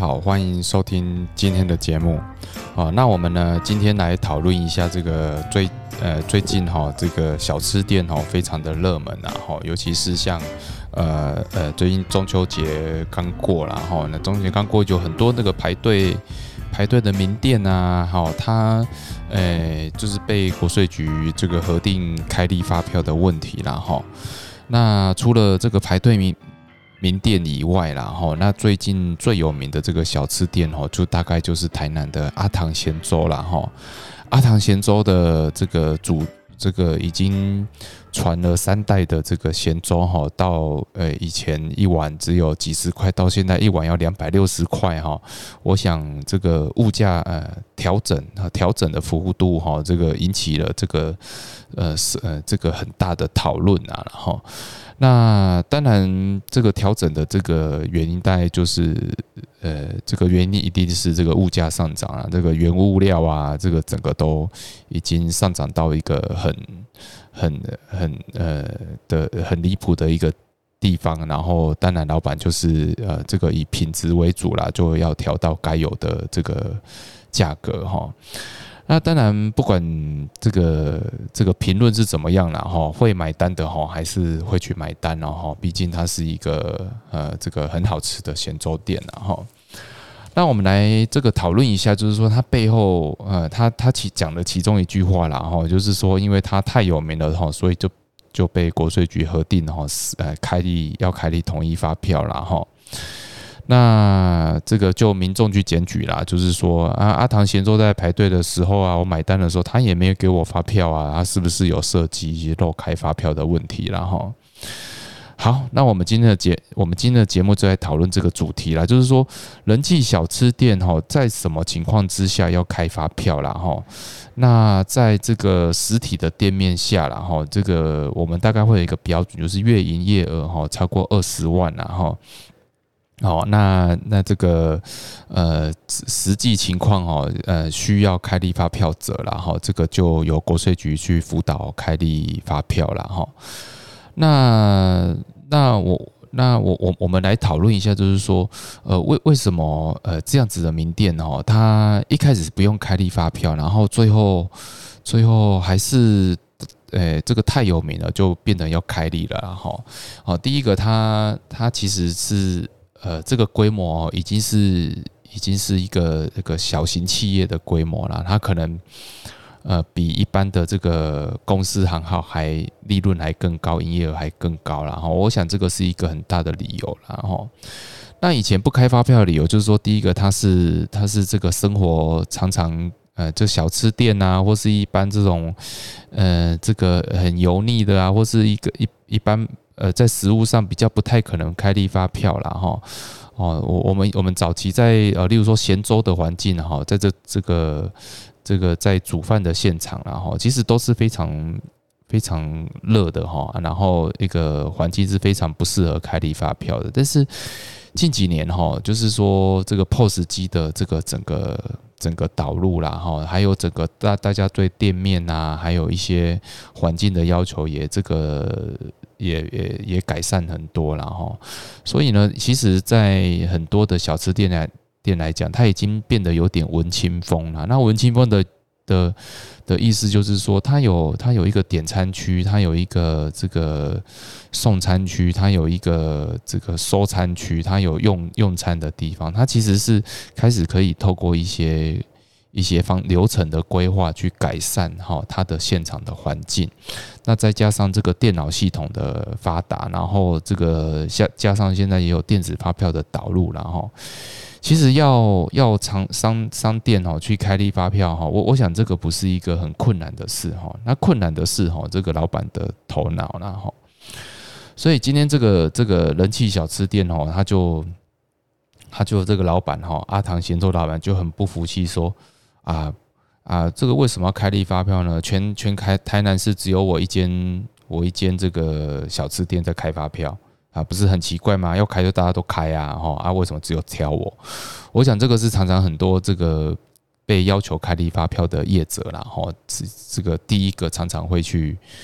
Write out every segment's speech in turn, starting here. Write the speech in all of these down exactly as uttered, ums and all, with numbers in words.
好，欢迎收听今天的节目。哦，那我们呢，今天来讨论一下这个最呃最近哈、哦、这个小吃店哈、哦、非常的热门啊哈、哦，尤其是像呃呃最近中秋节刚过啦哈、哦，那中秋节刚过就很多那个排队排队的名店啊，哈、哦，它呃就是被国税局这个核定开立发票的问题啦哈、哦。那除了这个排队名名店以外啦，吼，那最近最有名的这个小吃店，吼，就大概就是台南的阿唐咸粥啦，吼。阿唐咸粥的这个主，这个已经传了三代的这个咸粥，吼，到呃以前一碗只有几十块，到现在一碗要两百六十块，哈。我想这个物价呃调整啊调整的幅度，哈，这个引起了这个呃是呃这个很大的讨论啊，然后。那当然，这个调整的这个原因，大概就是，呃，这个原因一定是这个物价上涨啊，这个原物料啊，这个整个都已经上涨到一个很、很、很呃的很离谱的一个地方。然后，当然老板就是呃这个以品质为主啦，就要调到该有的这个价格哈。那当然，不管这个这个评论是怎么样啦，哈，会买单的哈，还是会去买单哦，哈，毕竟它是一个呃这个很好吃的咸粥店啦，哈。那我们来这个讨论一下，就是说它背后呃，他他其讲的其中一句话啦，哈，就是说因为它太有名了哈，所以就就被国税局核定哈，呃，开立要开立统一发票啦，哈。那这个就民众去检举啦，就是说啊，阿唐咸粥在排队的时候啊，我买单的时候他也没有给我发票啊，他是不是有涉及漏开发票的问题啦？哈，好，那我们今天的节我们今天的节目就来讨论这个主题啦，就是说人气小吃店哈，在什么情况之下要开发票啦？哈，那在这个实体的店面下啦，哈，这个我们大概会有一个标准，就是月营业额哈超过二十万啦，哈。好，那那这个呃实际情况哦，呃需要开立发票者啦，哈，这个就由国税局去辅导开立发票啦，哈。那那我那我我我们来讨论一下，就是说，呃为为什么呃这样子的名店哦，它一开始不用开立发票，然后最后最后还是。呃，这个太有名了，就变得要开立了啦，哈。好，第一个它它其实是呃这个规模已经是已经是一个这个小型企业的规模啦，它可能呃比一般的这个公司行号还利润还更高，营业额还更高啦，哈。我想这个是一个很大的理由啦，哈。那以前不开发票的理由就是说，第一个它是它是这个生活常常。呃，这小吃店啊，或是一般这种，呃，这个很油腻的啊，或是一个一一般呃，在食物上比较不太可能开立发票啦，哈。哦，我我们我们早期在呃，例如说咸粥的环境哈，在这这个这个在煮饭的现场啦，哈，其实都是非常非常热的哈，然后一个环境是非常不适合开立发票的，但是近几年哈，就是说这个 P O S 机的这个整个。整个导入啦，哈，还有整个大大家对店面啊，还有一些环境的要求也这个也也也改善很多啦，哈。所以呢，其实，在很多的小吃店来店来讲，它已经变得有点文青风了。那文青风的的的意思就是说，它有它有一个点餐区，它有一个这个送餐区，它有一个这个收餐区，它有用用餐的地方，它其实是开始可以透过一些一些方流程的规划去改善哈它的现场的环境。那再加上这个电脑系统的发达，然后这个加加上现在也有电子发票的导入，然后。其实要要商商商店哈去开立发票哈，我我想这个不是一个很困难的事哈，那困难的是哈这个老板的头脑啦哈，所以今天这个这个人气小吃店哈，他就他就这个老板哈阿唐咸粥老板就很不服气说啊啊这个为什么要开立发票呢？全全开台南市只有我一间我一间这个小吃店在开发票。啊，不是很奇怪吗？要开就大家都开啊，哈啊，为什么只有挑我？我想这个是常常很多这个被要求开立发票的业者啦，哈，这这个第一个常常会去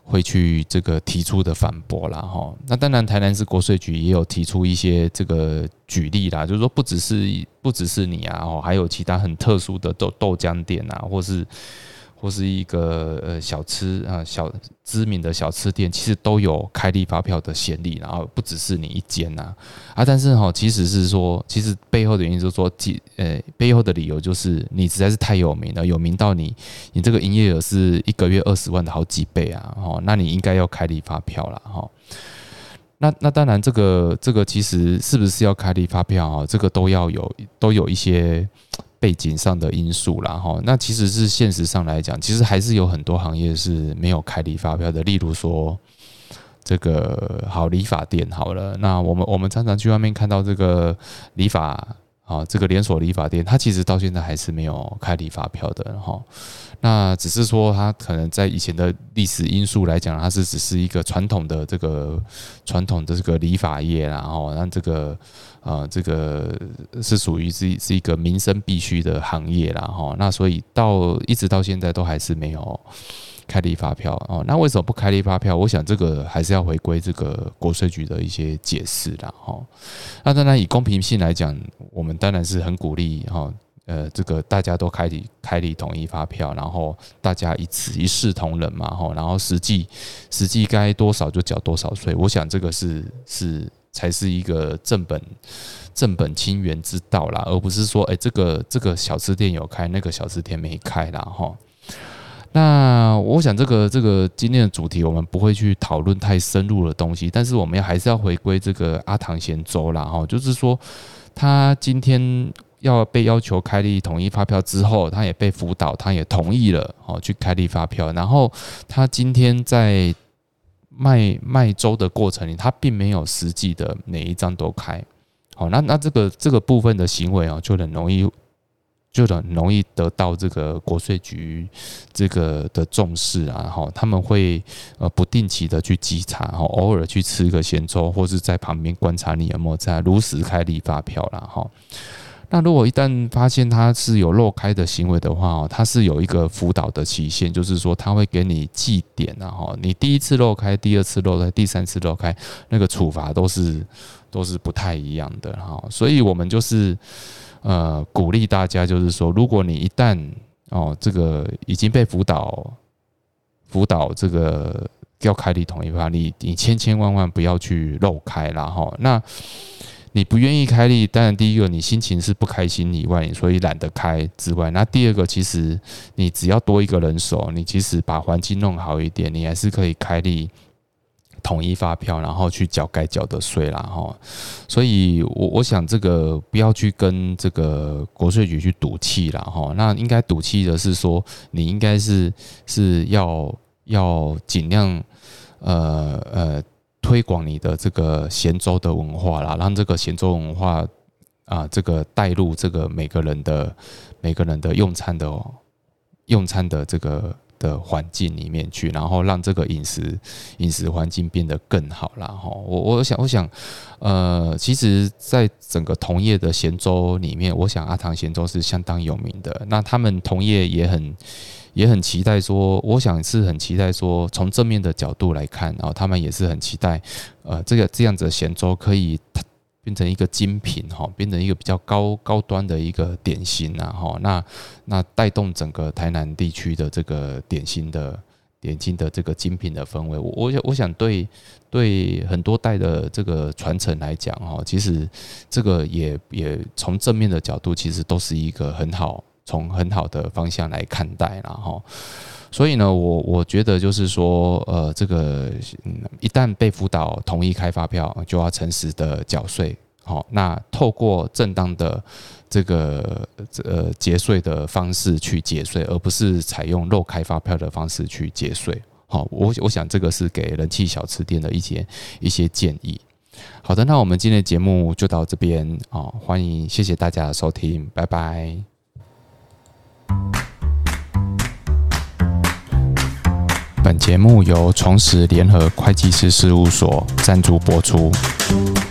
会去这个提出的反驳啦哈。那当然，台南市国税局也有提出一些这个举例啦，就是说不只是不只是你啊，还有其他很特殊的豆豆浆店啊，或是或是一个呃小吃啊小知名的小吃店，其实都有开立发票的先例，然后不只是你一间呐啊，但是哈，其实是说，其实背后的原因就是说，呃背后的理由就是你实在是太有名了，有名到你你这个营业额是一个月二十万的好几倍啊，哦，那你应该要开立发票啦哈。那那当然，这个这个其实是不是要开立发票啊？这个都要有都有一些背景上的因素啦哈。那其实是现实上来讲，其实还是有很多行业是没有开立发票的。例如说，这个好理发店好了，那我们我们常常去外面看到这个理发啊，这个连锁理发店，它其实到现在还是没有开立发票的哈。那只是说，它可能在以前的历史因素来讲，它是只是一个传统的这个传统的这个理发业啦，然后让这个呃这个是属于是是一个民生必须的行业啦，哈。那所以到一直到现在都还是没有开立发票哦。那为什么不开立发票？我想这个还是要回归这个国税局的一些解释啦，哈。那当然以公平性来讲，我们当然是很鼓励哈。呃，这个大家都开立开立统一发票，然后大家一次一视同仁嘛，吼，然后实际实际该多少就缴多少税，我想这个是是才是一个正本正本清源之道啦，而不是说，哎、欸，这个这个小吃店有开，那个小吃店没开啦，吼。那我想这个这个今天的主题我们不会去讨论太深入的东西，但是我们要还是要回归这个阿唐咸粥啦，吼，就是说他今天要被要求开立统一发票之后，他也被辅导，他也同意了哦，去开立发票。然后他今天在卖卖粥的过程里，他并没有实际的每一张都开。好，那那这个这个部分的行为哦，就很容易就很容易得到这个国税局这个的重视啊，哈，他们会呃不定期的去稽查，哈，偶尔去吃个咸粥，或是在旁边观察你有没有在如实开立发票啦，哈。那如果一旦发现他是有漏开的行为的话，他是有一个辅导的期限，就是说他会给你记点啊，你第一次漏开，第二次漏开，第三次漏开，那个处罚都是都是不太一样的哈。所以我们就是呃鼓励大家，就是说，如果你一旦哦这个已经被辅导辅导这个要开立统一发票，你你千千万万不要去漏开啦哈。那你不愿意开立，当然第一个你心情是不开心以外，所以懒得开之外，那第二个其实你只要多一个人手，你其实把环境弄好一点，你还是可以开立统一发票，然后去缴该缴的税啦哈。所以我我想这个不要去跟这个国税局去赌气啦哈。那应该赌气的是说，你应该是是要要尽量呃呃。推广你的这个咸粥的文化啦，让这个咸粥文化啊，这个带入这个每个人的每个人的用餐的用餐的这个的环境里面去，然后让这个饮食饮食环境变得更好啦。哈，我我想我想，呃，其实，在整个同业的咸粥里面，我想阿唐咸粥是相当有名的。那他们同业也很。也很期待说，我想是很期待说，从正面的角度来看，然后他们也是很期待，呃，这个这样子的咸粥可以变成一个精品哈，变成一个比较高高端的一个点心啊哈，那那带动整个台南地区的这个点心的点心的这个精品的氛围，我我我想对对很多代的这个传承来讲哈，其实这个也也从正面的角度，其实都是一个很好。从很好的方向来看待啦齁，所以呢，我我觉得就是说，呃，这个一旦被辅导同意开发票，就要诚实的缴税，好，那透过正当的这个呃节税的方式去节税，而不是采用漏开发票的方式去节税，好，我我想这个是给人气小吃店的一些一些建议。好的，那我们今天的节目就到这边啊，欢迎谢谢大家的收听，拜拜。本节目由重实联合会计师事务所赞助播出。